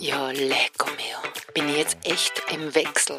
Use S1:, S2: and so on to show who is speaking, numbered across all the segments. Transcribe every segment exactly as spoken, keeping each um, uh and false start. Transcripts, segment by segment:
S1: Ja, lecco mio. Bin ich jetzt echt im Wechsel.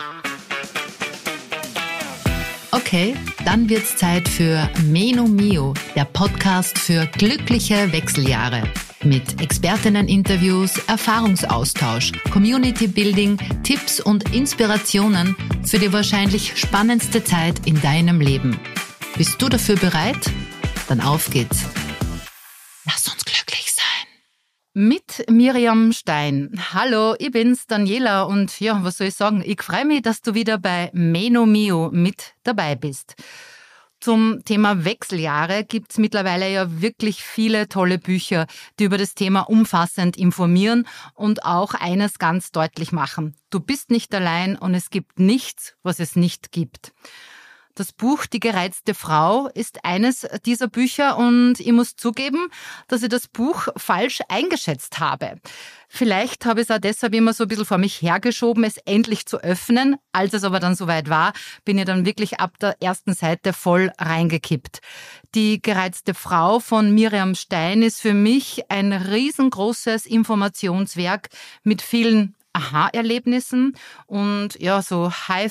S2: Okay, dann wird's Zeit für Meno Mio, der Podcast für glückliche Wechseljahre. Mit Expertinnen-Interviews, Erfahrungsaustausch, Community-Building, Tipps und Inspirationen für die wahrscheinlich spannendste Zeit in deinem Leben. Bist du dafür bereit? Dann auf geht's. Lass uns glücklich sein. Mit Miriam Stein. Hallo, ich bin's, Daniela, und ja, was soll ich sagen? Ich freue mich, dass du wieder bei Meno Mio mit dabei bist. Zum Thema Wechseljahre gibt's mittlerweile ja wirklich viele tolle Bücher, die über das Thema umfassend informieren und auch eines ganz deutlich machen. Du bist nicht allein und es gibt nichts, was es nicht gibt. Das Buch Die gereizte Frau ist eines dieser Bücher und ich muss zugeben, dass ich das Buch falsch eingeschätzt habe. Vielleicht habe ich es auch deshalb immer so ein bisschen vor mich hergeschoben, es endlich zu öffnen. Als es aber dann soweit war, bin ich dann wirklich ab der ersten Seite voll reingekippt. Die gereizte Frau von Miriam Stein ist für mich ein riesengroßes Informationswerk mit vielen Aha-Erlebnissen und ja, so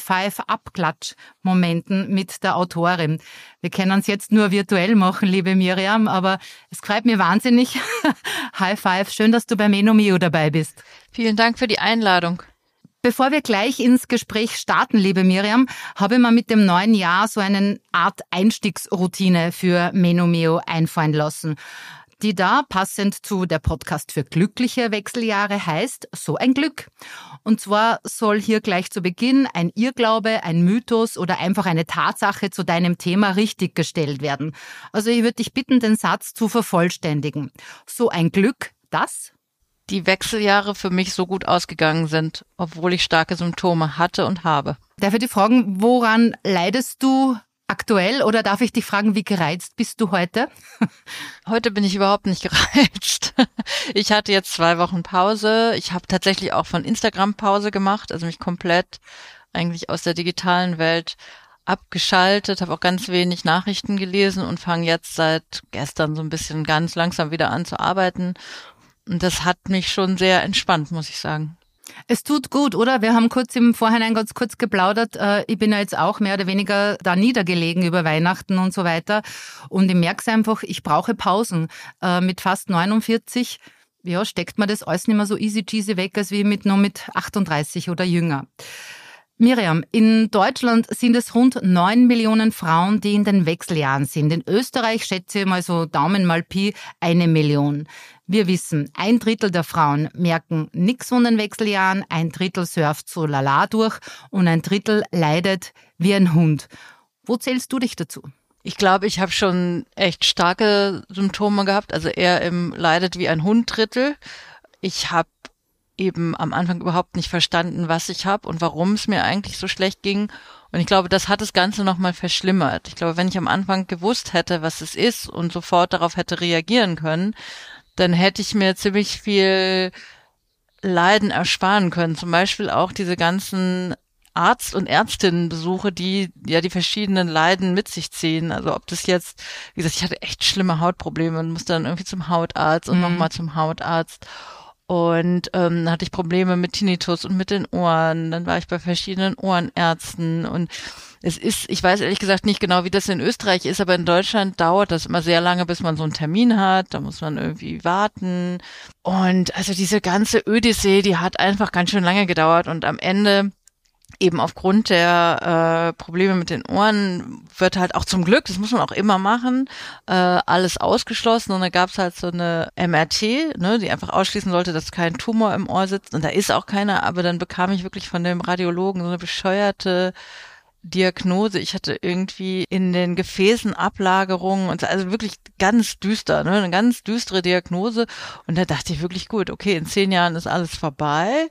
S2: High-Five-Abklatsch-Momenten mit der Autorin. Wir können es jetzt nur virtuell machen, liebe Miriam, aber es freut mich wahnsinnig. High-Five, schön, dass du bei Meno Mio dabei bist.
S3: Vielen Dank für die Einladung.
S2: Bevor wir gleich ins Gespräch starten, liebe Miriam, habe ich mir mit dem neuen Jahr so eine Art Einstiegsroutine für Meno Mio einfallen lassen, die da passend zu der Podcast für glückliche Wechseljahre heißt, so ein Glück. Und zwar soll hier gleich zu Beginn ein Irrglaube, ein Mythos oder einfach eine Tatsache zu deinem Thema richtiggestellt werden. Also ich würde dich bitten, den Satz zu vervollständigen. So ein Glück, dass
S3: die Wechseljahre für mich so gut ausgegangen sind, obwohl ich starke Symptome hatte und habe.
S2: Darf ich dich fragen, woran leidest du aktuell, oder darf ich dich fragen, wie gereizt bist du heute?
S3: Heute bin ich überhaupt nicht gereizt. Ich hatte jetzt zwei Wochen Pause. Ich habe tatsächlich auch von Instagram Pause gemacht, also mich komplett eigentlich aus der digitalen Welt abgeschaltet, habe auch ganz wenig Nachrichten gelesen und fange jetzt seit gestern so ein bisschen ganz langsam wieder an zu arbeiten. Und das hat mich schon sehr entspannt, muss ich sagen.
S2: Es tut gut, oder? Wir haben kurz im Vorhinein ganz kurz geplaudert. Ich bin ja jetzt auch mehr oder weniger da niedergelegen über Weihnachten und so weiter. Und ich merke es einfach, ich brauche Pausen. Mit fast neunundvierzig, ja, steckt man das alles nicht mehr so easy cheesy weg, als wie mit nur mit achtunddreißig oder jünger. Miriam, in Deutschland sind es rund neun Millionen Frauen, die in den Wechseljahren sind. In Österreich schätze ich mal so Daumen mal Pi eine Million. Wir wissen, ein Drittel der Frauen merken nichts von den Wechseljahren, ein Drittel surft so lala durch und ein Drittel leidet wie ein Hund. Wo zählst du dich dazu?
S3: Ich glaube, ich habe schon echt starke Symptome gehabt, also eher im leidet wie ein Hund Drittel. Ich habe eben am Anfang überhaupt nicht verstanden, was ich habe und warum es mir eigentlich so schlecht ging. Und ich glaube, das hat das Ganze nochmal verschlimmert. Ich glaube, wenn ich am Anfang gewusst hätte, was es ist und sofort darauf hätte reagieren können, dann hätte ich mir ziemlich viel Leiden ersparen können. Zum Beispiel auch diese ganzen Arzt- und Ärztinnenbesuche, die ja die verschiedenen Leiden mit sich ziehen. Also ob das jetzt, wie gesagt, ich hatte echt schlimme Hautprobleme und musste dann irgendwie zum Hautarzt und mhm. nochmal zum Hautarzt. Und ähm, dann hatte ich Probleme mit Tinnitus und mit den Ohren. Dann war ich bei verschiedenen Ohrenärzten. Und es ist, ich weiß ehrlich gesagt nicht genau, wie das in Österreich ist, aber in Deutschland dauert das immer sehr lange, bis man so einen Termin hat. Da muss man irgendwie warten. Und also diese ganze Odyssee, die hat einfach ganz schön lange gedauert. Und am Ende, eben aufgrund der äh, Probleme mit den Ohren, wird halt auch zum Glück, das muss man auch immer machen, äh, alles ausgeschlossen. Und da gab es halt so eine M R T, ne, die einfach ausschließen sollte, dass kein Tumor im Ohr sitzt. Und da ist auch keiner, aber dann bekam ich wirklich von dem Radiologen so eine bescheuerte Diagnose. Ich hatte irgendwie in den Gefäßen Ablagerungen und so, also wirklich ganz düster, ne, eine ganz düstere Diagnose. Und da dachte ich wirklich, gut, okay, in zehn Jahren ist alles vorbei.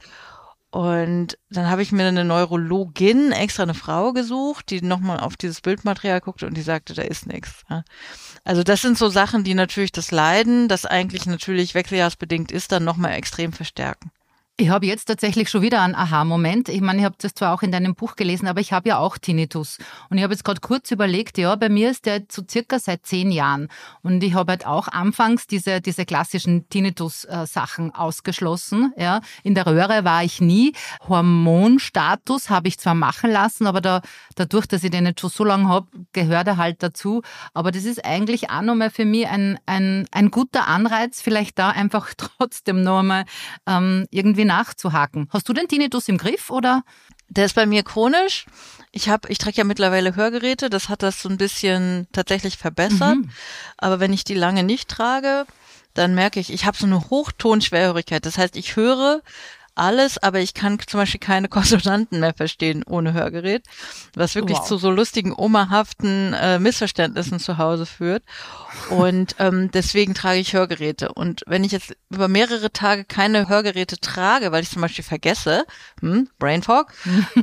S3: Und dann habe ich mir eine Neurologin, extra eine Frau gesucht, die nochmal auf dieses Bildmaterial guckte und die sagte, da ist nichts. Also das sind so Sachen, die natürlich das Leiden, das eigentlich natürlich wechseljahrsbedingt ist, dann nochmal extrem verstärken.
S2: Ich habe jetzt tatsächlich schon wieder einen Aha-Moment. Ich meine, ich habe das zwar auch in deinem Buch gelesen, aber ich habe ja auch Tinnitus. Und ich habe jetzt gerade kurz überlegt, ja, bei mir ist der so circa seit zehn Jahren. Und ich habe halt auch anfangs diese, diese klassischen Tinnitus-Sachen ausgeschlossen. Ja. In der Röhre war ich nie. Hormonstatus habe ich zwar machen lassen, aber da, dadurch, dass ich den jetzt schon so lange habe, gehört er halt dazu. Aber das ist eigentlich auch nochmal für mich ein, ein, ein guter Anreiz, vielleicht da einfach trotzdem noch einmal ähm, irgendwie nachzuhaken. Hast du den Tinnitus im Griff, oder?
S3: Der ist bei mir chronisch. Ich habe, ich trage ja mittlerweile Hörgeräte, das hat das so ein bisschen tatsächlich verbessert. Mhm. Aber wenn ich die lange nicht trage, dann merke ich, ich habe so eine Hochtonschwerhörigkeit. Das heißt, ich höre alles, aber ich kann zum Beispiel keine Konsonanten mehr verstehen ohne Hörgerät, was wirklich wow. zu so lustigen, omahaften äh, Missverständnissen zu Hause führt. Und ähm, deswegen trage ich Hörgeräte. Und wenn ich jetzt über mehrere Tage keine Hörgeräte trage, weil ich zum Beispiel vergesse, hm, Brain Fog,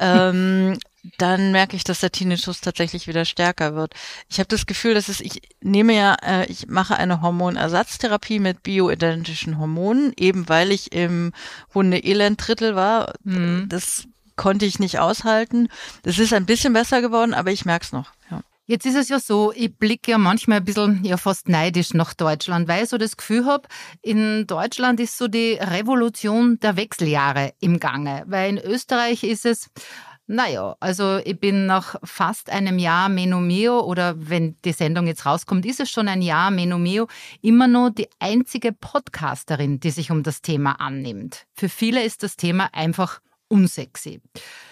S3: ähm, dann merke ich, dass der Tinnitus tatsächlich wieder stärker wird. Ich habe das Gefühl, dass es, ich nehme ja, äh, ich mache eine Hormonersatztherapie mit bioidentischen Hormonen, eben weil ich im Hunde-Elend-Drittel war. Mhm. Das konnte ich nicht aushalten. Das ist ein bisschen besser geworden, aber ich merke es noch, ja.
S2: Jetzt ist es ja so, ich blicke ja manchmal ein bisschen ja fast neidisch nach Deutschland, weil ich so das Gefühl habe, in Deutschland ist so die Revolution der Wechseljahre im Gange. Weil in Österreich ist es, naja, also ich bin nach fast einem Jahr Menomeo, oder wenn die Sendung jetzt rauskommt, ist es schon ein Jahr Menomeo, immer noch die einzige Podcasterin, die sich um das Thema annimmt. Für viele ist das Thema einfach unsexy.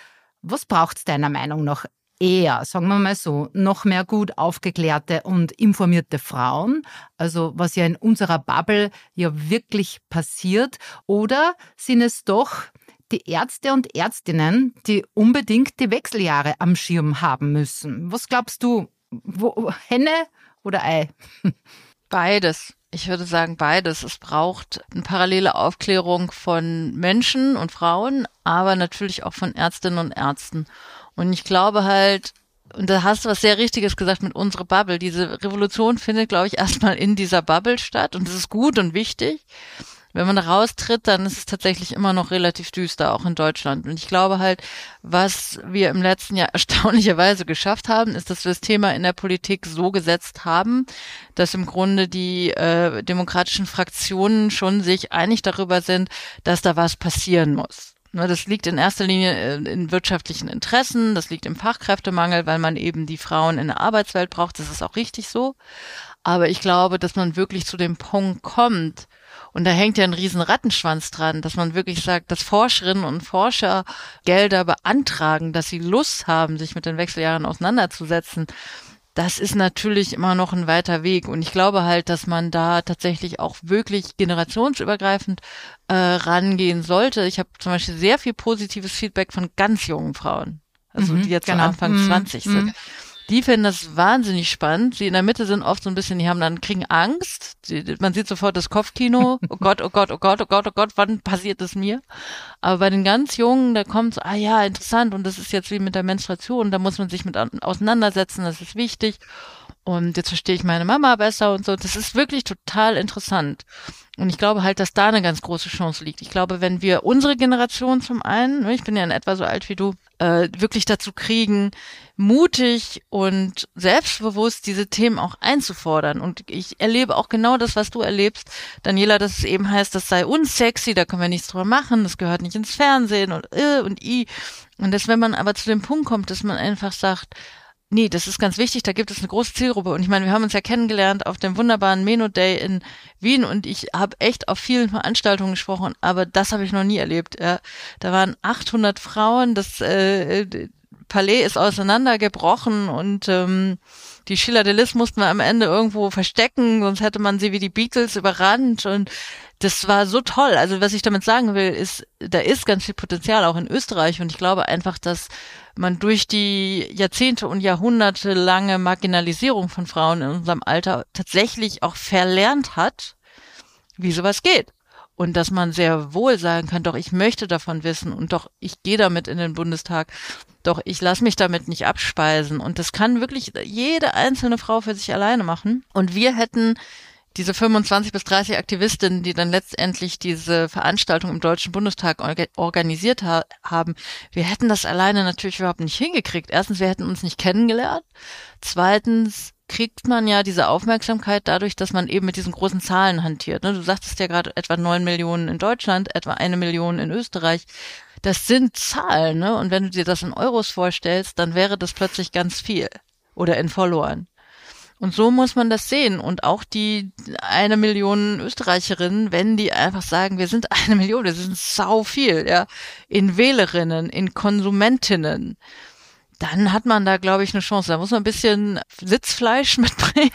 S2: Was braucht es deiner Meinung nach? Eher, sagen wir mal so, noch mehr gut aufgeklärte und informierte Frauen, also was ja in unserer Bubble ja wirklich passiert, oder sind es doch die Ärzte und Ärztinnen, die unbedingt die Wechseljahre am Schirm haben müssen? Was glaubst du, wo, Henne oder Ei?
S3: Beides. Ich würde sagen beides. Es braucht eine parallele Aufklärung von Menschen und Frauen, aber natürlich auch von Ärztinnen und Ärzten. Und ich glaube halt, und da hast du was sehr Richtiges gesagt mit unserer Bubble. Diese Revolution findet, glaube ich, erstmal in dieser Bubble statt, und das ist gut und wichtig. Wenn man da raustritt, dann ist es tatsächlich immer noch relativ düster, auch in Deutschland. Und ich glaube halt, was wir im letzten Jahr erstaunlicherweise geschafft haben, ist, dass wir das Thema in der Politik so gesetzt haben, dass im Grunde die äh, demokratischen Fraktionen schon sich einig darüber sind, dass da was passieren muss. Das liegt in erster Linie in wirtschaftlichen Interessen, das liegt im Fachkräftemangel, weil man eben die Frauen in der Arbeitswelt braucht, das ist auch richtig so. Aber ich glaube, dass man wirklich zu dem Punkt kommt, und da hängt ja ein riesen Rattenschwanz dran, dass man wirklich sagt, dass Forscherinnen und Forscher Gelder beantragen, dass sie Lust haben, sich mit den Wechseljahren auseinanderzusetzen. Das ist natürlich immer noch ein weiter Weg. Und ich glaube halt, dass man da tatsächlich auch wirklich generationsübergreifend äh, rangehen sollte. Ich habe zum Beispiel sehr viel positives Feedback von ganz jungen Frauen, also mhm, die jetzt genau. so Anfang mhm, zwanzig sind. Mhm. Die finden das wahnsinnig spannend. Die in der Mitte sind oft so ein bisschen, die haben dann, kriegen Angst. Die, man sieht sofort das Kopfkino. Oh Gott, oh Gott, oh Gott, oh Gott, oh Gott, wann passiert es mir? Aber bei den ganz Jungen, da kommt so, ah ja, interessant, und das ist jetzt wie mit der Menstruation, da muss man sich mit auseinandersetzen, das ist wichtig. Und jetzt verstehe ich meine Mama besser und so. Das ist wirklich total interessant. Und ich glaube halt, dass da eine ganz große Chance liegt. Ich glaube, wenn wir unsere Generation zum einen, ich bin ja in etwa so alt wie du, äh, wirklich dazu kriegen, mutig und selbstbewusst diese Themen auch einzufordern. Und ich erlebe auch genau das, was du erlebst, Daniela, dass es eben heißt, das sei unsexy, da können wir nichts drüber machen, das gehört nicht ins Fernsehen und äh, und i. Und dass, wenn man aber zu dem Punkt kommt, dass man einfach sagt, nee, das ist ganz wichtig, da gibt es eine große Zielgruppe. Und ich meine, wir haben uns ja kennengelernt auf dem wunderbaren Meno Day in Wien, und ich habe echt auf vielen Veranstaltungen gesprochen, aber das habe ich noch nie erlebt. Ja. Da waren achthundert Frauen, das äh, Palais ist auseinandergebrochen, und ähm, die Schiller de Lis mussten wir am Ende irgendwo verstecken, sonst hätte man sie wie die Beatles überrannt, und das war so toll. Also was ich damit sagen will, ist, da ist ganz viel Potenzial auch in Österreich, und ich glaube einfach, dass man durch die Jahrzehnte und Jahrhunderte lange Marginalisierung von Frauen in unserem Alter tatsächlich auch verlernt hat, wie sowas geht. Und dass man sehr wohl sagen kann, doch, ich möchte davon wissen, und doch, ich gehe damit in den Bundestag, doch, ich lasse mich damit nicht abspeisen. Und das kann wirklich jede einzelne Frau für sich alleine machen. Und wir hätten diese fünfundzwanzig bis dreißig Aktivistinnen, die dann letztendlich diese Veranstaltung im Deutschen Bundestag orga- organisiert ha- haben, wir hätten das alleine natürlich überhaupt nicht hingekriegt. Erstens, wir hätten uns nicht kennengelernt. Zweitens kriegt man ja diese Aufmerksamkeit dadurch, dass man eben mit diesen großen Zahlen hantiert. Du sagtest ja gerade etwa neun Millionen in Deutschland, etwa eine Million in Österreich. Das sind Zahlen, ne? Und wenn du dir das in Euros vorstellst, dann wäre das plötzlich ganz viel. Oder in Followern. Und so muss man das sehen. Und auch die eine Million Österreicherinnen, wenn die einfach sagen, wir sind eine Million, das sind sau viel, ja, in Wählerinnen, in Konsumentinnen, dann hat man da, glaube ich, eine Chance. Da muss man ein bisschen Sitzfleisch mitbringen.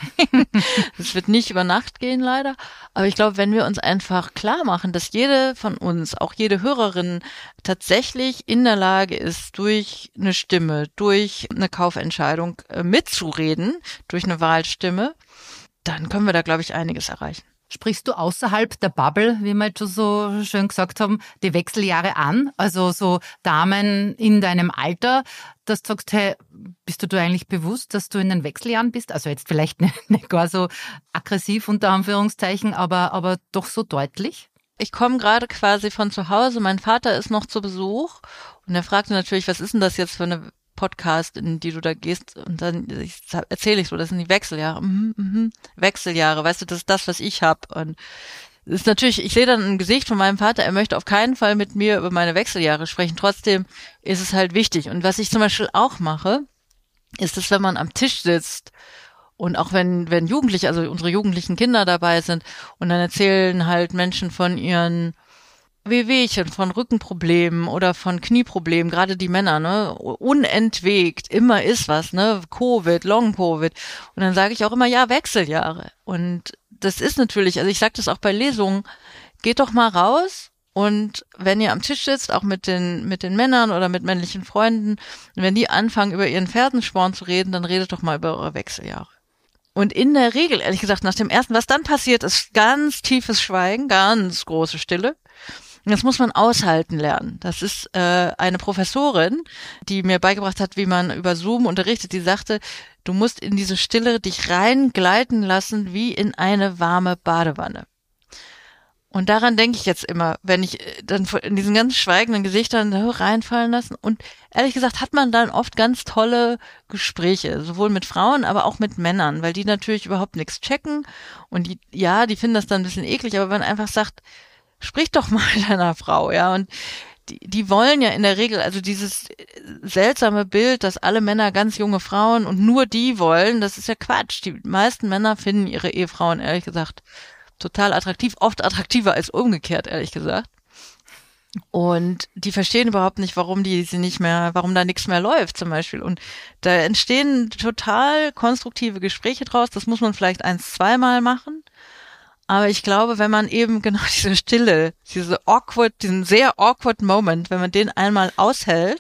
S3: Das wird nicht über Nacht gehen, leider. Aber ich glaube, wenn wir uns einfach klar machen, dass jede von uns, auch jede Hörerin, tatsächlich in der Lage ist, durch eine Stimme, durch eine Kaufentscheidung äh, mitzureden, durch eine Wahlstimme, dann können wir da, glaube ich, einiges erreichen.
S2: Sprichst du außerhalb der Bubble, wie wir jetzt schon so schön gesagt haben, die Wechseljahre an? Also so Damen in deinem Alter, dass du sagst, hey, bist du dir eigentlich bewusst, dass du in den Wechseljahren bist? Also jetzt vielleicht nicht, nicht gar so aggressiv unter Anführungszeichen, aber, aber doch so deutlich?
S3: Ich komme gerade quasi von zu Hause, mein Vater ist noch zu Besuch und er fragte natürlich, was ist denn das jetzt für eine Podcast, in die du da gehst, und dann erzähle ich so, das sind die Wechseljahre. Mhm, mhm. Wechseljahre, weißt du, das ist das, was ich habe. Und es ist natürlich, ich sehe dann ein Gesicht von meinem Vater, er möchte auf keinen Fall mit mir über meine Wechseljahre sprechen. Trotzdem ist es halt wichtig. Und was ich zum Beispiel auch mache, ist es, wenn man am Tisch sitzt und auch wenn, wenn Jugendliche, also unsere jugendlichen Kinder dabei sind und dann erzählen halt Menschen von ihren Wehwehchen, von Rückenproblemen oder von Knieproblemen, gerade die Männer, ne, unentwegt, immer ist was, ne, Covid, Long-Covid. Und dann sage ich auch immer, ja, Wechseljahre. Und das ist natürlich, also ich sage das auch bei Lesungen, geht doch mal raus und wenn ihr am Tisch sitzt, auch mit den mit den Männern oder mit männlichen Freunden, wenn die anfangen, über ihren Fersensporn zu reden, dann redet doch mal über eure Wechseljahre. Und in der Regel, ehrlich gesagt, nach dem ersten, was dann passiert, ist ganz tiefes Schweigen, ganz große Stille. Das muss man aushalten lernen. Das ist äh, eine Professorin, die mir beigebracht hat, wie man über Zoom unterrichtet. Die sagte, du musst in diese Stille dich reingleiten lassen wie in eine warme Badewanne. Und daran denke ich jetzt immer, wenn ich dann in diesen ganz schweigenden Gesichtern reinfallen lassen. Und ehrlich gesagt hat man dann oft ganz tolle Gespräche, sowohl mit Frauen, aber auch mit Männern, weil die natürlich überhaupt nichts checken. Und die, ja, die finden das dann ein bisschen eklig, aber wenn man einfach sagt, sprich doch mal deiner Frau, ja, und die, die wollen ja in der Regel, also dieses seltsame Bild, dass alle Männer ganz junge Frauen und nur die wollen, das ist ja Quatsch. Die meisten Männer finden ihre Ehefrauen, ehrlich gesagt, total attraktiv, oft attraktiver als umgekehrt, ehrlich gesagt. Und die verstehen überhaupt nicht, warum die sie nicht mehr, warum da nichts mehr läuft zum Beispiel. Und da entstehen total konstruktive Gespräche draus, das muss man vielleicht eins, zweimal machen. Aber ich glaube, wenn man eben genau diese Stille, diese awkward, diesen sehr awkward Moment, wenn man den einmal aushält,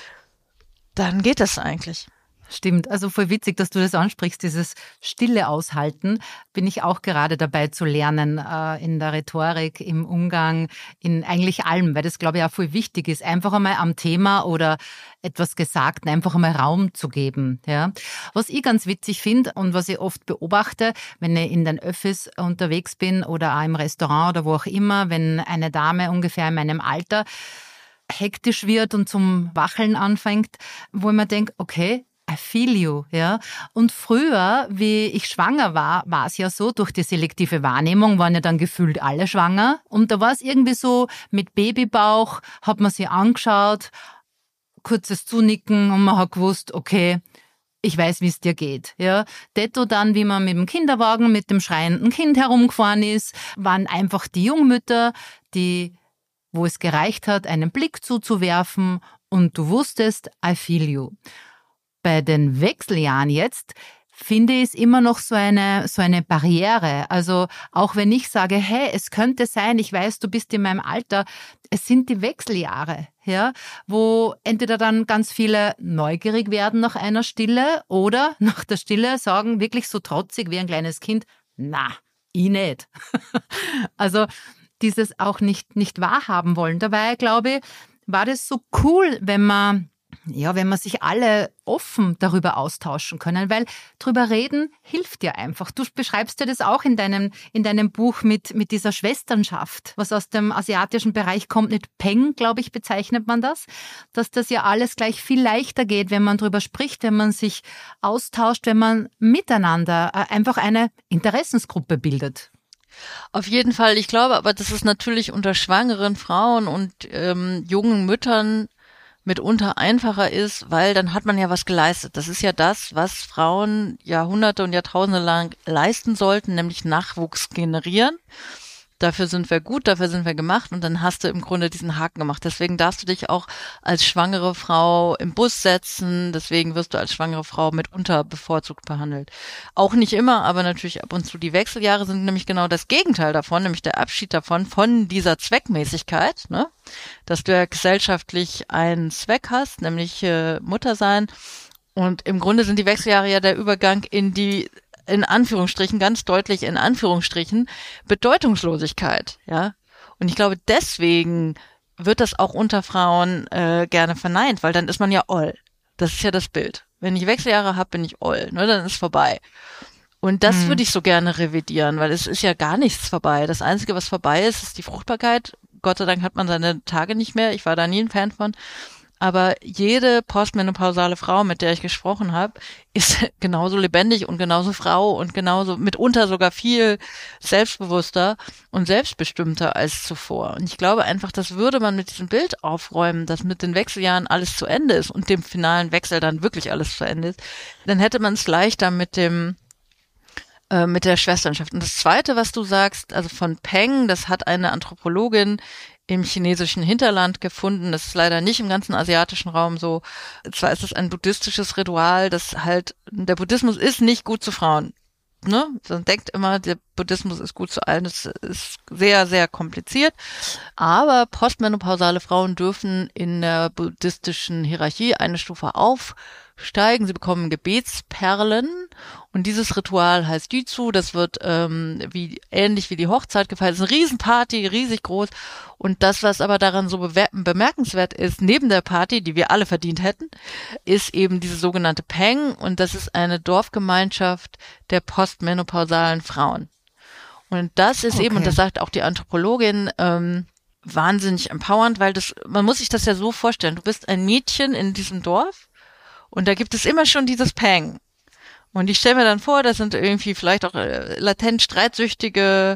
S3: dann geht das eigentlich.
S2: Stimmt, also voll witzig, dass du das ansprichst, dieses Stille aushalten, bin ich auch gerade dabei zu lernen, äh, in der Rhetorik, im Umgang, in eigentlich allem, weil das, glaube ich, auch voll wichtig ist, einfach einmal am Thema oder etwas Gesagten einfach einmal Raum zu geben. Ja. Was ich ganz witzig finde und was ich oft beobachte, wenn ich in den Öffis unterwegs bin oder auch im Restaurant oder wo auch immer, wenn eine Dame ungefähr in meinem Alter hektisch wird und zum Wacheln anfängt, wo ich mir denke, okay, I feel you, ja. Und früher, wie ich schwanger war, war es ja so, durch die selektive Wahrnehmung waren ja dann gefühlt alle schwanger. Und da war es irgendwie so, mit Babybauch hat man sie angeschaut, kurzes Zunicken und man hat gewusst, okay, ich weiß, wie es dir geht, ja. Detto dann, wie man mit dem Kinderwagen, mit dem schreienden Kind herumgefahren ist, waren einfach die Jungmütter, die, wo es gereicht hat, einen Blick zuzuwerfen und du wusstest, I feel you. Bei den Wechseljahren jetzt finde ich es immer noch so eine, so eine Barriere. Also auch wenn ich sage, hey, es könnte sein, ich weiß, du bist in meinem Alter, es sind die Wechseljahre, ja, wo entweder dann ganz viele neugierig werden nach einer Stille oder nach der Stille sagen, wirklich so trotzig wie ein kleines Kind, na, ich nicht. Also dieses auch nicht, nicht wahrhaben wollen. Dabei, glaube ich, war das so cool, wenn man Ja, wenn wir sich alle offen darüber austauschen können, weil drüber reden hilft dir einfach. Du beschreibst ja das auch in deinem, in deinem Buch mit, mit dieser Schwesternschaft, was aus dem asiatischen Bereich kommt, nicht Peng, glaube ich, bezeichnet man das, dass das ja alles gleich viel leichter geht, wenn man drüber spricht, wenn man sich austauscht, wenn man miteinander einfach eine Interessensgruppe bildet.
S3: Auf jeden Fall. Ich glaube aber, dass es natürlich unter schwangeren Frauen und ähm, jungen Müttern mitunter einfacher ist, weil dann hat man ja was geleistet. Das ist ja das, was Frauen Jahrhunderte und Jahrtausende lang leisten sollten, nämlich Nachwuchs generieren. Dafür sind wir gut, dafür sind wir gemacht und dann hast du im Grunde diesen Haken gemacht. Deswegen darfst du dich auch als schwangere Frau im Bus setzen, deswegen wirst du als schwangere Frau mitunter bevorzugt behandelt. Auch nicht immer, aber natürlich ab und zu. Die Wechseljahre sind nämlich genau das Gegenteil davon, nämlich der Abschied davon, von dieser Zweckmäßigkeit, ne? Dass du ja gesellschaftlich einen Zweck hast, nämlich äh, Mutter sein. Und im Grunde sind die Wechseljahre ja der Übergang in die in Anführungsstrichen, ganz deutlich in Anführungsstrichen, Bedeutungslosigkeit, ja. Und ich glaube, deswegen wird das auch unter Frauen äh, gerne verneint, weil dann ist man ja oll. Das ist ja das Bild. Wenn ich Wechseljahre habe, bin ich oll, ne, dann ist vorbei. Und das hm. würde ich so gerne revidieren, weil es ist ja gar nichts vorbei. Das Einzige, was vorbei ist, ist die Fruchtbarkeit. Gott sei Dank hat man seine Tage nicht mehr. Ich war da nie ein Fan von. Aber jede postmenopausale Frau, mit der ich gesprochen habe, ist genauso lebendig und genauso Frau und genauso mitunter sogar viel selbstbewusster und selbstbestimmter als zuvor. Und ich glaube einfach, das würde man mit diesem Bild aufräumen, dass mit den Wechseljahren alles zu Ende ist und dem finalen Wechsel dann wirklich alles zu Ende ist, dann hätte man es leichter mit dem äh, mit der Schwesternschaft. Und das Zweite, was du sagst, also von Peng, das hat eine Anthropologin im chinesischen Hinterland gefunden. Das ist leider nicht im ganzen asiatischen Raum so. Zwar ist es ein buddhistisches Ritual, das halt, der Buddhismus ist nicht gut zu Frauen. Ne? Man denkt immer, der Buddhismus ist gut zu allen. Das ist sehr, sehr kompliziert. Aber postmenopausale Frauen dürfen in der buddhistischen Hierarchie eine Stufe aufsteigen. Sie bekommen Gebetsperlen. Und dieses Ritual heißt Jitsu, das wird ähm, wie ähnlich wie die Hochzeit gefeiert. Das ist eine Riesenparty, riesig groß. Und das, was aber daran so bewer- bemerkenswert ist, neben der Party, die wir alle verdient hätten, ist eben diese sogenannte Peng. Und das ist eine Dorfgemeinschaft der postmenopausalen Frauen. Und das ist okay. eben, und das sagt auch die Anthropologin, ähm, wahnsinnig empowernd, weil das, man muss sich das ja so vorstellen. Du bist ein Mädchen in diesem Dorf und da gibt es immer schon dieses Peng. Und ich stelle mir dann vor, das sind irgendwie vielleicht auch äh, latent streitsüchtige,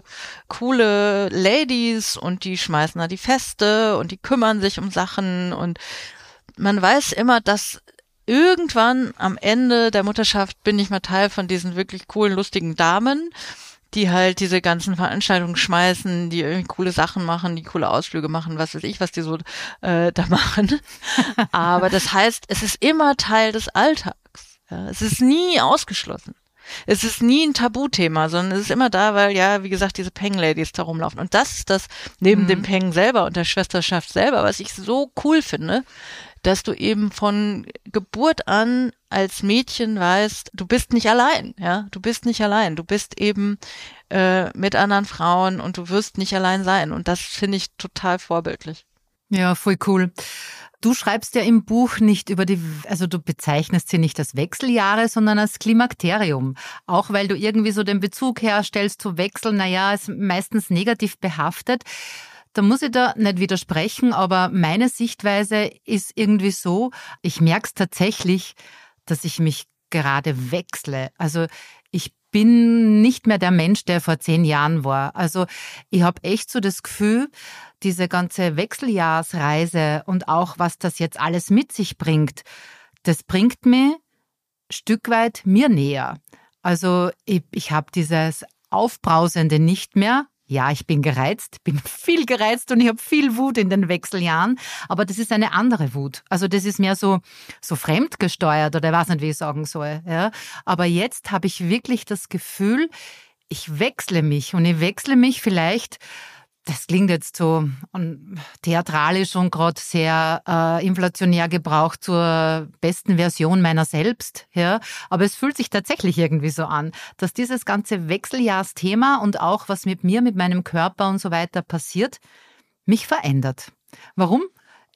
S3: coole Ladies und die schmeißen da die Feste und die kümmern sich um Sachen und man weiß immer, dass irgendwann am Ende der Mutterschaft bin ich mal Teil von diesen wirklich coolen, lustigen Damen, die halt diese ganzen Veranstaltungen schmeißen, die irgendwie coole Sachen machen, die coole Ausflüge machen, was weiß ich, was die so äh, da machen. Aber das heißt, es ist immer Teil des Alltags. Ja, es ist nie ausgeschlossen. Es ist nie ein Tabuthema, sondern es ist immer da, weil ja, wie gesagt, diese Peng-Ladies da rumlaufen. Und das ist das, neben mhm. dem Peng selber und der Schwesterschaft selber, was ich so cool finde, dass du eben von Geburt an als Mädchen weißt, du bist nicht allein, ja, du bist nicht allein, du bist eben äh, mit anderen Frauen und du wirst nicht allein sein. Und das finde ich total vorbildlich.
S2: Ja, voll cool. Du schreibst ja im Buch nicht über die, also du bezeichnest sie nicht als Wechseljahre, sondern als Klimakterium. Auch weil du irgendwie so den Bezug herstellst zu Wechsel, naja, ist meistens negativ behaftet. Da muss ich da nicht widersprechen, aber meine Sichtweise ist irgendwie so, ich merke es tatsächlich, dass ich mich gerade wechsle. Also ich bin nicht mehr der Mensch, der vor zehn Jahren war. Also ich habe echt so das Gefühl, diese ganze Wechseljahrsreise und auch, was das jetzt alles mit sich bringt, das bringt mich ein Stück weit mir näher. Also ich, ich habe dieses Aufbrausende nicht mehr. Ja, ich bin gereizt, bin viel gereizt und ich habe viel Wut in den Wechseljahren, aber das ist eine andere Wut. Also das ist mehr so so fremdgesteuert oder ich weiß nicht, wie ich sagen soll. Ja. Aber jetzt habe ich wirklich das Gefühl, ich wechsle mich und ich wechsle mich vielleicht, das klingt jetzt so theatralisch und gerade sehr äh, inflationär gebraucht zur besten Version meiner selbst. Ja. Aber es fühlt sich tatsächlich irgendwie so an, dass dieses ganze Wechseljahrsthema und auch was mit mir, mit meinem Körper und so weiter passiert, mich verändert. Warum?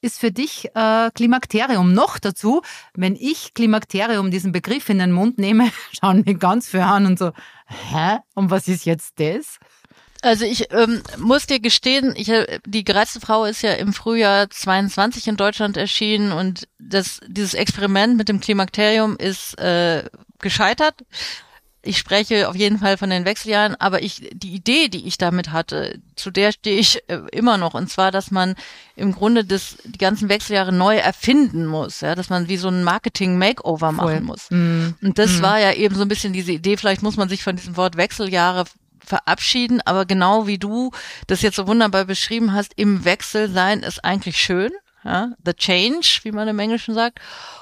S2: ist für dich äh, Klimakterium? Noch dazu, wenn ich Klimakterium, diesen Begriff in den Mund nehme, schauen mich ganz viel an und so, hä? Und was ist jetzt das?
S3: Also ich ähm, muss dir gestehen, ich, die gereizte Frau ist ja im Frühjahr zweiundzwanzig in Deutschland erschienen und das dieses Experiment mit dem Klimakterium ist äh, gescheitert. Ich spreche auf jeden Fall von den Wechseljahren, aber ich die Idee, die ich damit hatte, zu der stehe ich äh, immer noch, und zwar, dass man im Grunde das die ganzen Wechseljahre neu erfinden muss, ja, dass man wie so ein Marketing-Makeover machen muss. Mm. Und das mm. war ja eben so ein bisschen diese Idee, vielleicht muss man sich von diesem Wort Wechseljahre verabschieden, aber genau wie du das jetzt so wunderbar beschrieben hast, im Wechsel sein ist eigentlich schön, ja, the change, wie man im Englischen sagt.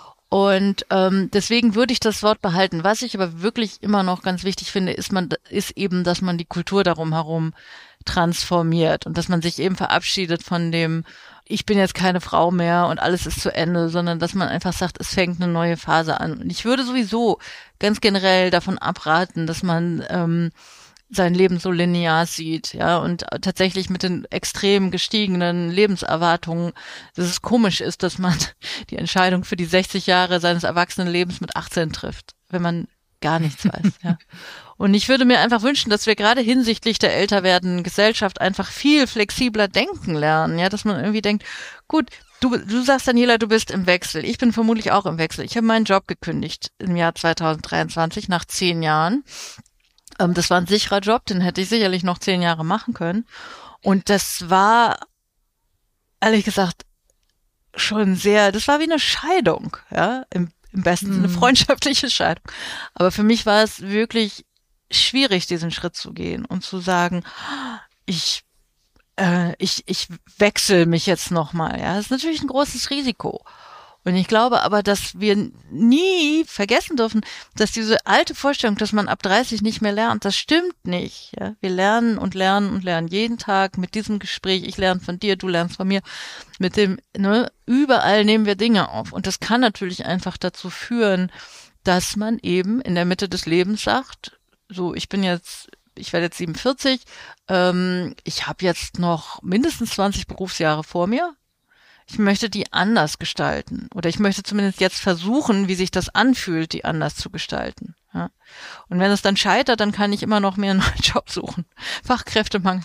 S3: Und ähm, deswegen würde ich das Wort behalten. Was ich aber wirklich immer noch ganz wichtig finde, ist man ist eben, dass man die Kultur darum herum transformiert und dass man sich eben verabschiedet von dem, ich bin jetzt keine Frau mehr und alles ist zu Ende, sondern dass man einfach sagt, es fängt eine neue Phase an. Und ich würde sowieso ganz generell davon abraten, dass man ähm, sein Leben so linear sieht, ja, und tatsächlich mit den extrem gestiegenen Lebenserwartungen, dass es komisch ist, dass man die Entscheidung für die sechzig Jahre seines Erwachsenenlebens mit achtzehn trifft, wenn man gar nichts weiß, ja. Und ich würde mir einfach wünschen, dass wir gerade hinsichtlich der älterwerdenden Gesellschaft einfach viel flexibler denken lernen, ja, dass man irgendwie denkt, gut, du, du sagst, Daniela, du bist im Wechsel, ich bin vermutlich auch im Wechsel, ich habe meinen Job gekündigt im Jahr zweitausenddreiundzwanzig nach zehn Jahren. Das war ein sicherer Job, den hätte ich sicherlich noch zehn Jahre machen können. Und das war, ehrlich gesagt, schon sehr, das war wie eine Scheidung, ja, im, im besten Sinne, eine freundschaftliche Scheidung. Aber für mich war es wirklich schwierig, diesen Schritt zu gehen und zu sagen, ich, äh, ich, ich wechsle mich jetzt nochmal, ja. Das ist natürlich ein großes Risiko. Und ich glaube aber, dass wir nie vergessen dürfen, dass diese alte Vorstellung, dass man ab dreißig nicht mehr lernt, das stimmt nicht. Ja? Wir lernen und lernen und lernen jeden Tag mit diesem Gespräch. Ich lerne von dir, du lernst von mir. Mit dem, ne, überall nehmen wir Dinge auf. Und das kann natürlich einfach dazu führen, dass man eben in der Mitte des Lebens sagt, so, ich bin jetzt, ich werde jetzt siebenundvierzig, ähm, ich habe jetzt noch mindestens zwanzig Berufsjahre vor mir. Ich möchte die anders gestalten oder ich möchte zumindest jetzt versuchen, wie sich das anfühlt, die anders zu gestalten. Ja. Und wenn es dann scheitert, dann kann ich immer noch mir einen neuen Job suchen. Fachkräftemangel.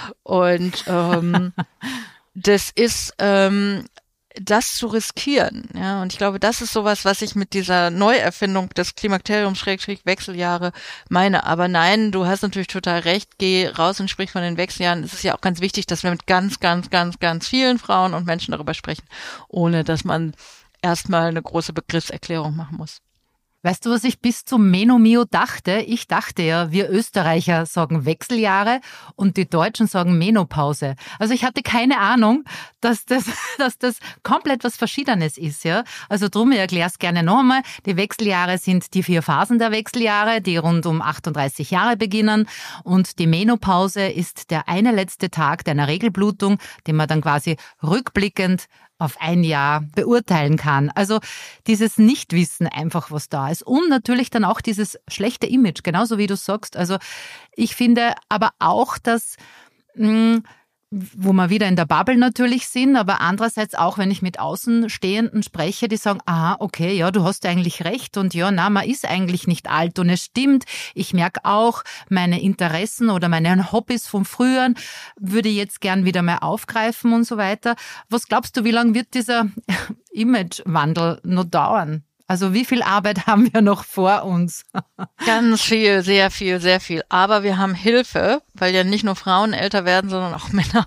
S3: Und ähm, das ist ähm, das zu riskieren. Ja. Und ich glaube, das ist sowas, was ich mit dieser Neuerfindung des Klimakterium-Wechseljahre meine. Aber nein, du hast natürlich total recht. Geh raus und sprich von den Wechseljahren. Es ist ja auch ganz wichtig, dass wir mit ganz, ganz, ganz, ganz vielen Frauen und Menschen darüber sprechen, ohne dass man erstmal eine große Begriffserklärung machen muss.
S2: Weißt du, was ich bis zum Menomio dachte? Ich dachte ja, wir Österreicher sagen Wechseljahre und die Deutschen sagen Menopause. Also ich hatte keine Ahnung, dass das, dass das komplett was Verschiedenes ist, ja. Also drum, ich erkläre es gerne noch einmal. Die Wechseljahre sind die vier Phasen der Wechseljahre, die rund um achtunddreißig Jahre beginnen. Und die Menopause ist der eine letzte Tag deiner Regelblutung, den man dann quasi rückblickend auf ein Jahr beurteilen kann. Also dieses Nichtwissen einfach, was da ist. Und natürlich dann auch dieses schlechte Image, genauso wie du sagst. Also ich finde aber auch, dass, mh, wo wir wieder in der Bubble natürlich sind, aber andererseits auch, wenn ich mit Außenstehenden spreche, die sagen, aha, okay, ja, du hast eigentlich recht und ja, na, man ist eigentlich nicht alt und es stimmt. Ich merke auch, meine Interessen oder meine Hobbys von früher würde ich jetzt gern wieder mal aufgreifen und so weiter. Was glaubst du, wie lange wird dieser Imagewandel noch dauern? Also wie viel Arbeit haben wir noch vor uns?
S3: Ganz viel, sehr viel, sehr viel. Aber wir haben Hilfe, weil ja nicht nur Frauen älter werden, sondern auch Männer.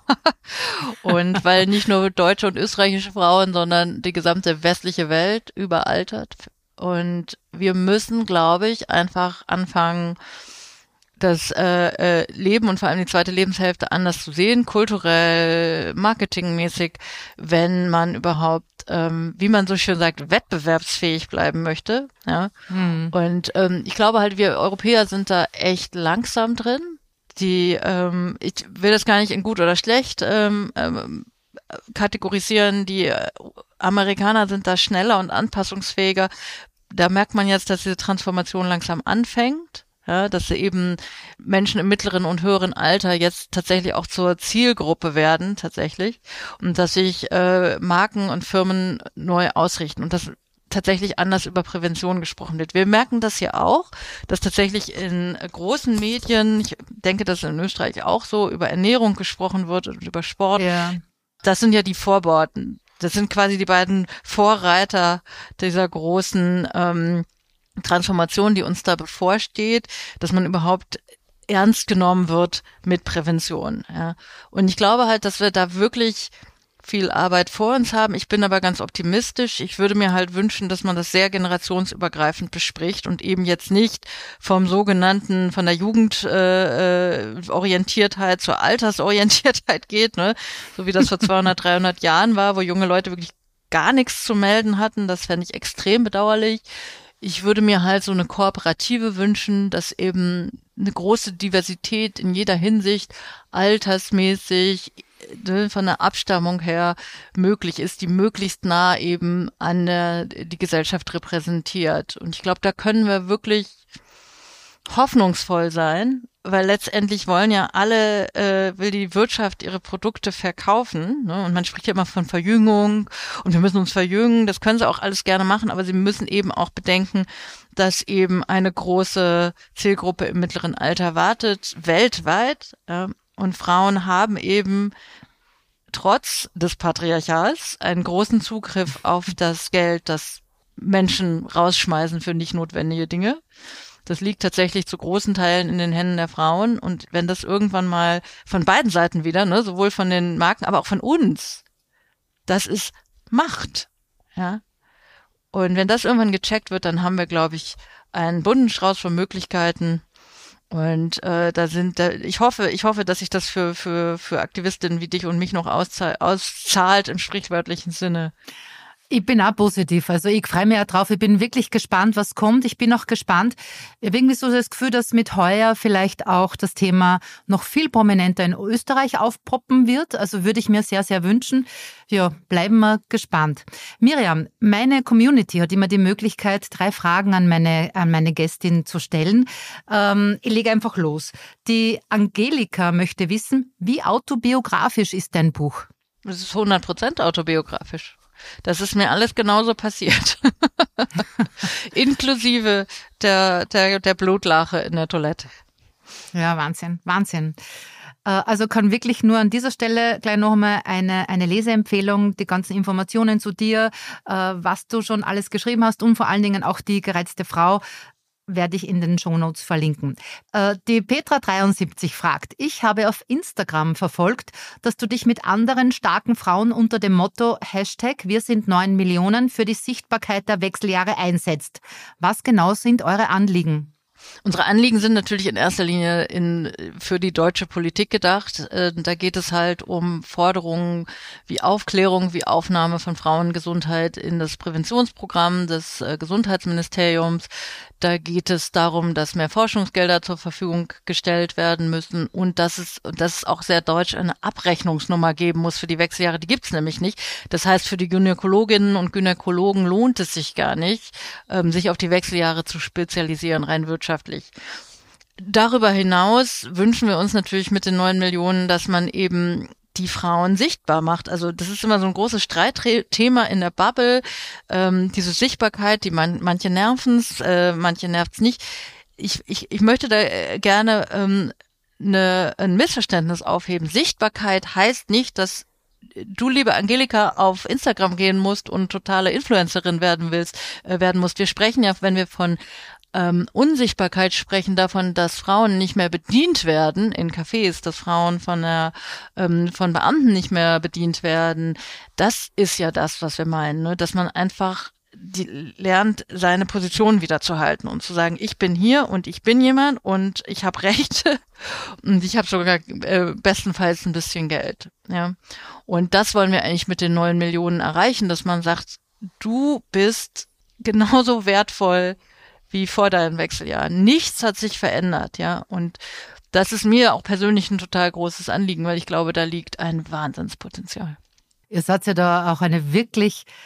S3: Und weil nicht nur deutsche und österreichische Frauen, sondern die gesamte westliche Welt überaltert. Und wir müssen, glaube ich, einfach anfangen, das äh, äh, Leben und vor allem die zweite Lebenshälfte anders zu sehen, kulturell, marketingmäßig, wenn man überhaupt, ähm, wie man so schön sagt, wettbewerbsfähig bleiben möchte. Ja. Mhm. Und ähm, ich glaube halt, wir Europäer sind da echt langsam drin. Die, ähm, ich will das gar nicht in gut oder schlecht ähm, ähm, kategorisieren. Die Amerikaner sind da schneller und anpassungsfähiger. Da merkt man jetzt, dass diese Transformation langsam anfängt. Ja, dass sie eben Menschen im mittleren und höheren Alter jetzt tatsächlich auch zur Zielgruppe werden, tatsächlich. Und dass sich äh, Marken und Firmen neu ausrichten und dass tatsächlich anders über Prävention gesprochen wird. Wir merken das ja auch, dass tatsächlich in großen Medien, ich denke, dass in Österreich auch so, über Ernährung gesprochen wird und über Sport.
S2: Ja.
S3: Das sind ja die Vorbauten. Das sind quasi die beiden Vorreiter dieser großen ähm, Transformation, die uns da bevorsteht, dass man überhaupt ernst genommen wird mit Prävention. Ja. Und ich glaube halt, dass wir da wirklich viel Arbeit vor uns haben. Ich bin aber ganz optimistisch. Ich würde mir halt wünschen, dass man das sehr generationsübergreifend bespricht und eben jetzt nicht vom sogenannten, von der Jugendorientiertheit äh, zur Altersorientiertheit geht, ne? So wie das vor zweihundert, dreihundert Jahren war, wo junge Leute wirklich gar nichts zu melden hatten. Das fände ich extrem bedauerlich. Ich würde mir halt so eine Kooperative wünschen, dass eben eine große Diversität in jeder Hinsicht, altersmäßig, von der Abstammung her möglich ist, die möglichst nah eben an der, die Gesellschaft repräsentiert. Und ich glaube, da können wir wirklich hoffnungsvoll sein, weil letztendlich wollen ja alle, äh, will die Wirtschaft ihre Produkte verkaufen, ne? Und man spricht ja immer von Verjüngung und wir müssen uns verjüngen, das können sie auch alles gerne machen, aber sie müssen eben auch bedenken, dass eben eine große Zielgruppe im mittleren Alter wartet, weltweit, äh, und Frauen haben eben trotz des Patriarchats einen großen Zugriff auf das Geld, das Menschen rausschmeißen für nicht notwendige Dinge. Das liegt tatsächlich zu großen Teilen in den Händen der Frauen. Und wenn das irgendwann mal von beiden Seiten wieder, ne, sowohl von den Marken, aber auch von uns, das ist Macht. Ja. Und wenn das irgendwann gecheckt wird, dann haben wir, glaube ich, einen bunten Strauß von Möglichkeiten. Und äh, da sind, da, ich hoffe, ich hoffe, dass sich das für für für Aktivistinnen wie dich und mich noch auszahlt, auszahlt im sprichwörtlichen Sinne.
S2: Ich bin auch positiv, also ich freue mich auch drauf. Ich bin wirklich gespannt, was kommt. Ich bin auch gespannt. Ich habe irgendwie so das Gefühl, dass mit heuer vielleicht auch das Thema noch viel prominenter in Österreich aufpoppen wird. Also würde ich mir sehr, sehr wünschen. Ja, bleiben wir gespannt. Miriam, meine Community hat immer die Möglichkeit, drei Fragen an meine, an meine Gästin zu stellen. Ähm, ich lege einfach los. Die Angelika möchte wissen, wie autobiografisch ist dein Buch?
S3: Das ist hundert Prozent autobiografisch. Das ist mir alles genauso passiert. Inklusive der, der, der Blutlache in der Toilette.
S2: Ja, Wahnsinn, Wahnsinn. Also kann wirklich nur an dieser Stelle gleich noch einmal eine, eine Leseempfehlung, die ganzen Informationen zu dir, was du schon alles geschrieben hast und vor allen Dingen auch die gereizte Frau, werde ich in den Shownotes verlinken. Die Petra dreiundsiebzig fragt, ich habe auf Instagram verfolgt, dass du dich mit anderen starken Frauen unter dem Motto Hashtag Wir sind neun Millionen für die Sichtbarkeit der Wechseljahre einsetzt. Was genau sind eure Anliegen?
S3: Unsere Anliegen sind natürlich in erster Linie in, für die deutsche Politik gedacht. Da geht es halt um Forderungen wie Aufklärung, wie Aufnahme von Frauengesundheit in das Präventionsprogramm des Gesundheitsministeriums. Da geht es darum, dass mehr Forschungsgelder zur Verfügung gestellt werden müssen und dass es, dass es auch sehr deutsch eine Abrechnungsnummer geben muss für die Wechseljahre. Die gibt's nämlich nicht. Das heißt, für die Gynäkologinnen und Gynäkologen lohnt es sich gar nicht, sich auf die Wechseljahre zu spezialisieren, rein wirtschaftlich. Darüber hinaus wünschen wir uns natürlich mit den neun Millionen, dass man eben die Frauen sichtbar macht. Also das ist immer so ein großes Streitthema in der Bubble, ähm, diese Sichtbarkeit, die man, manche nerven's, äh, manche nervt's nicht. Ich, ich, ich möchte da gerne ähm, ne, ein Missverständnis aufheben. Sichtbarkeit heißt nicht, dass du, liebe Angelika, auf Instagram gehen musst und totale Influencerin werden willst, äh, werden musst. Wir sprechen ja, wenn wir von Ähm, Unsichtbarkeit sprechen davon, dass Frauen nicht mehr bedient werden in Cafés, dass Frauen von der, ähm, von Beamten nicht mehr bedient werden. Das ist ja das, was wir meinen, ne? Dass man einfach die, lernt, seine Position wieder zu halten und zu sagen, ich bin hier und ich bin jemand und ich habe Rechte und ich habe sogar äh, bestenfalls ein bisschen Geld. Ja, und das wollen wir eigentlich mit den neun Millionen erreichen, dass man sagt, du bist genauso wertvoll wie vor deinem Wechseljahr. Nichts hat sich verändert, ja. Und das ist mir auch persönlich ein total großes Anliegen, weil ich glaube, da liegt ein Wahnsinnspotenzial.
S2: Ihr seid ja da auch eine wirklich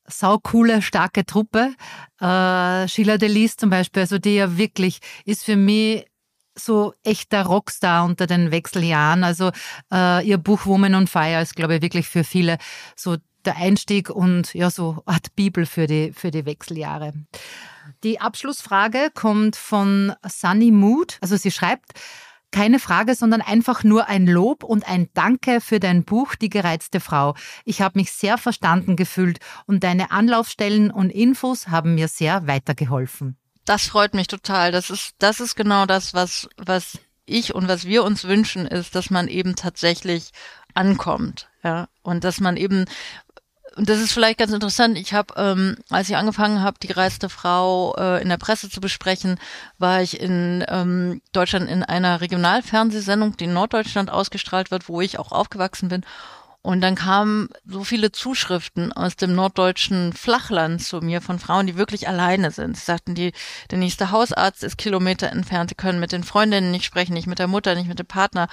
S2: saucoole, starke Truppe. Äh, Sheila Delis zum Beispiel, also die ja wirklich ist für mich so echter Rockstar unter den Wechseljahren. Also äh, ihr Buch Woman on Fire ist, glaube ich, wirklich für viele so der Einstieg und ja so eine Art Bibel für die, für die Wechseljahre. Die Abschlussfrage kommt von Sunny Mood. Also sie schreibt, keine Frage, sondern einfach nur ein Lob und ein Danke für dein Buch Die gereizte Frau. Ich habe mich sehr verstanden gefühlt und deine Anlaufstellen und Infos haben mir sehr weitergeholfen.
S3: Das freut mich total. Das ist, das ist genau das, was, was ich und was wir uns wünschen, ist, dass man eben tatsächlich ankommt, ja, und dass man eben, und das ist vielleicht ganz interessant, ich habe, ähm, als ich angefangen habe, die gereizte Frau äh, in der Presse zu besprechen, war ich in ähm, Deutschland in einer Regionalfernsehsendung, die in Norddeutschland ausgestrahlt wird, wo ich auch aufgewachsen bin. Und dann kamen so viele Zuschriften aus dem norddeutschen Flachland zu mir von Frauen, die wirklich alleine sind. Sie sagten, die, der nächste Hausarzt ist Kilometer entfernt, sie können mit den Freundinnen nicht sprechen, nicht mit der Mutter, nicht mit dem Partner.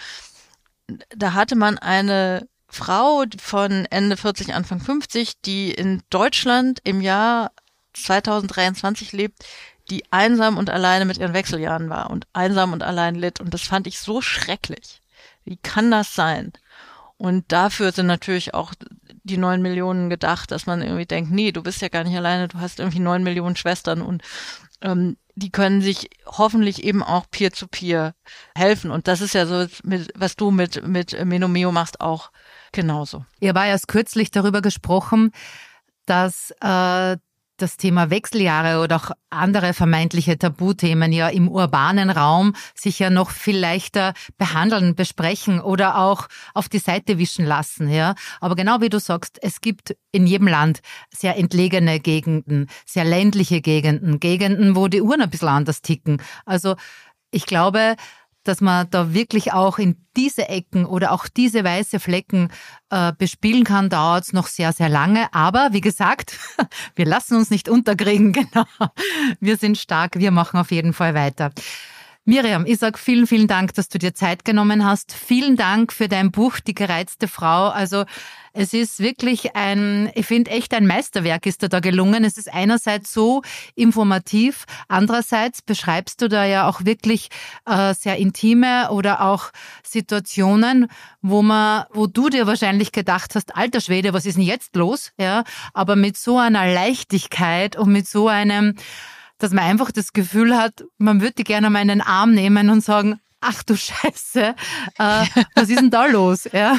S3: Da hatte man eine Frau von Ende vierzig, Anfang fünfzig, die in Deutschland im Jahr zweitausenddreiundzwanzig lebt, die einsam und alleine mit ihren Wechseljahren war und einsam und allein litt. Und das fand ich so schrecklich. Wie kann das sein? Und dafür sind natürlich auch die neun Millionen gedacht, dass man irgendwie denkt, nee, du bist ja gar nicht alleine, du hast irgendwie neun Millionen Schwestern und ähm, die können sich hoffentlich eben auch peer-to-peer helfen. Und das ist ja so, mit, was du mit, mit Menomeo machst, auch genauso.
S2: Ihr war erst kürzlich darüber gesprochen, dass äh, das Thema Wechseljahre oder auch andere vermeintliche Tabuthemen ja im urbanen Raum sich ja noch viel leichter behandeln, besprechen oder auch auf die Seite wischen lassen, ja. Aber genau wie du sagst, es gibt in jedem Land sehr entlegene Gegenden, sehr ländliche Gegenden, Gegenden, wo die Uhren ein bisschen anders ticken. Also ich glaube, dass man da wirklich auch in diese Ecken oder auch diese weiße Flecken äh, bespielen kann, dauert es noch sehr, sehr lange. Aber wie gesagt, wir lassen uns nicht unterkriegen, genau. Wir sind stark, wir machen auf jeden Fall weiter. Miriam, ich sag vielen, vielen Dank, dass du dir Zeit genommen hast. Vielen Dank für dein Buch Die gereizte Frau. Also es ist wirklich ein, ich finde echt ein Meisterwerk ist dir da gelungen. Es ist einerseits so informativ, andererseits beschreibst du da ja auch wirklich äh, sehr intime oder auch Situationen, wo man, wo du dir wahrscheinlich gedacht hast, alter Schwede, was ist denn jetzt los? Ja, aber mit so einer Leichtigkeit und mit so einem, dass man einfach das Gefühl hat, man würde die gerne mal in den Arm nehmen und sagen, ach du Scheiße, äh, was ist denn da los? Ja.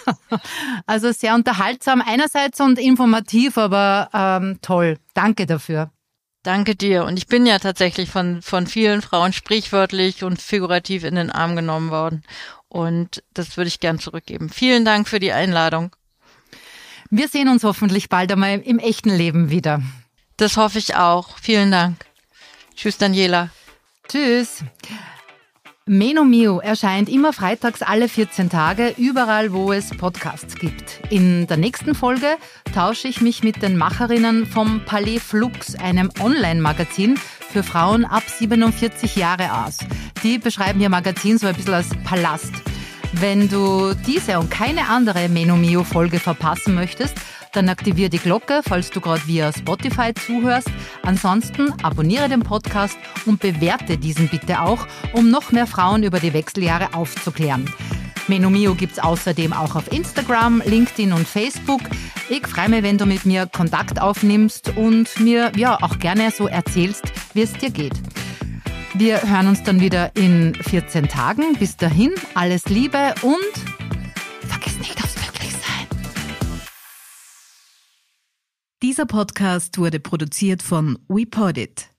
S2: Also sehr unterhaltsam einerseits und informativ, aber ähm, toll. Danke dafür.
S3: Danke dir. Und ich bin ja tatsächlich von, von vielen Frauen sprichwörtlich und figurativ in den Arm genommen worden. Und das würde ich gern zurückgeben. Vielen Dank für die Einladung.
S2: Wir sehen uns hoffentlich bald einmal im echten Leben wieder.
S3: Das hoffe ich auch. Vielen Dank. Tschüss, Daniela.
S2: Tschüss. Menomeo erscheint immer freitags alle vierzehn Tage, überall, wo es Podcasts gibt. In der nächsten Folge tausche ich mich mit den Macherinnen vom Palais Flux, einem Online-Magazin für Frauen ab siebenundvierzig Jahre aus. Die beschreiben ihr Magazin so ein bisschen als Palast. Wenn du diese und keine andere Menomeo-Folge verpassen möchtest, dann aktiviere die Glocke, falls du gerade via Spotify zuhörst. Ansonsten abonniere den Podcast und bewerte diesen bitte auch, um noch mehr Frauen über die Wechseljahre aufzuklären. Menomeo gibt's außerdem auch auf Instagram, LinkedIn und Facebook. Ich freue mich, wenn du mit mir Kontakt aufnimmst und mir ja auch gerne so erzählst, wie es dir geht. Wir hören uns dann wieder in vierzehn Tagen. Bis dahin, alles Liebe und vergiss nicht aufs Glücklichsein.
S4: Dieser Podcast wurde produziert von WePodit.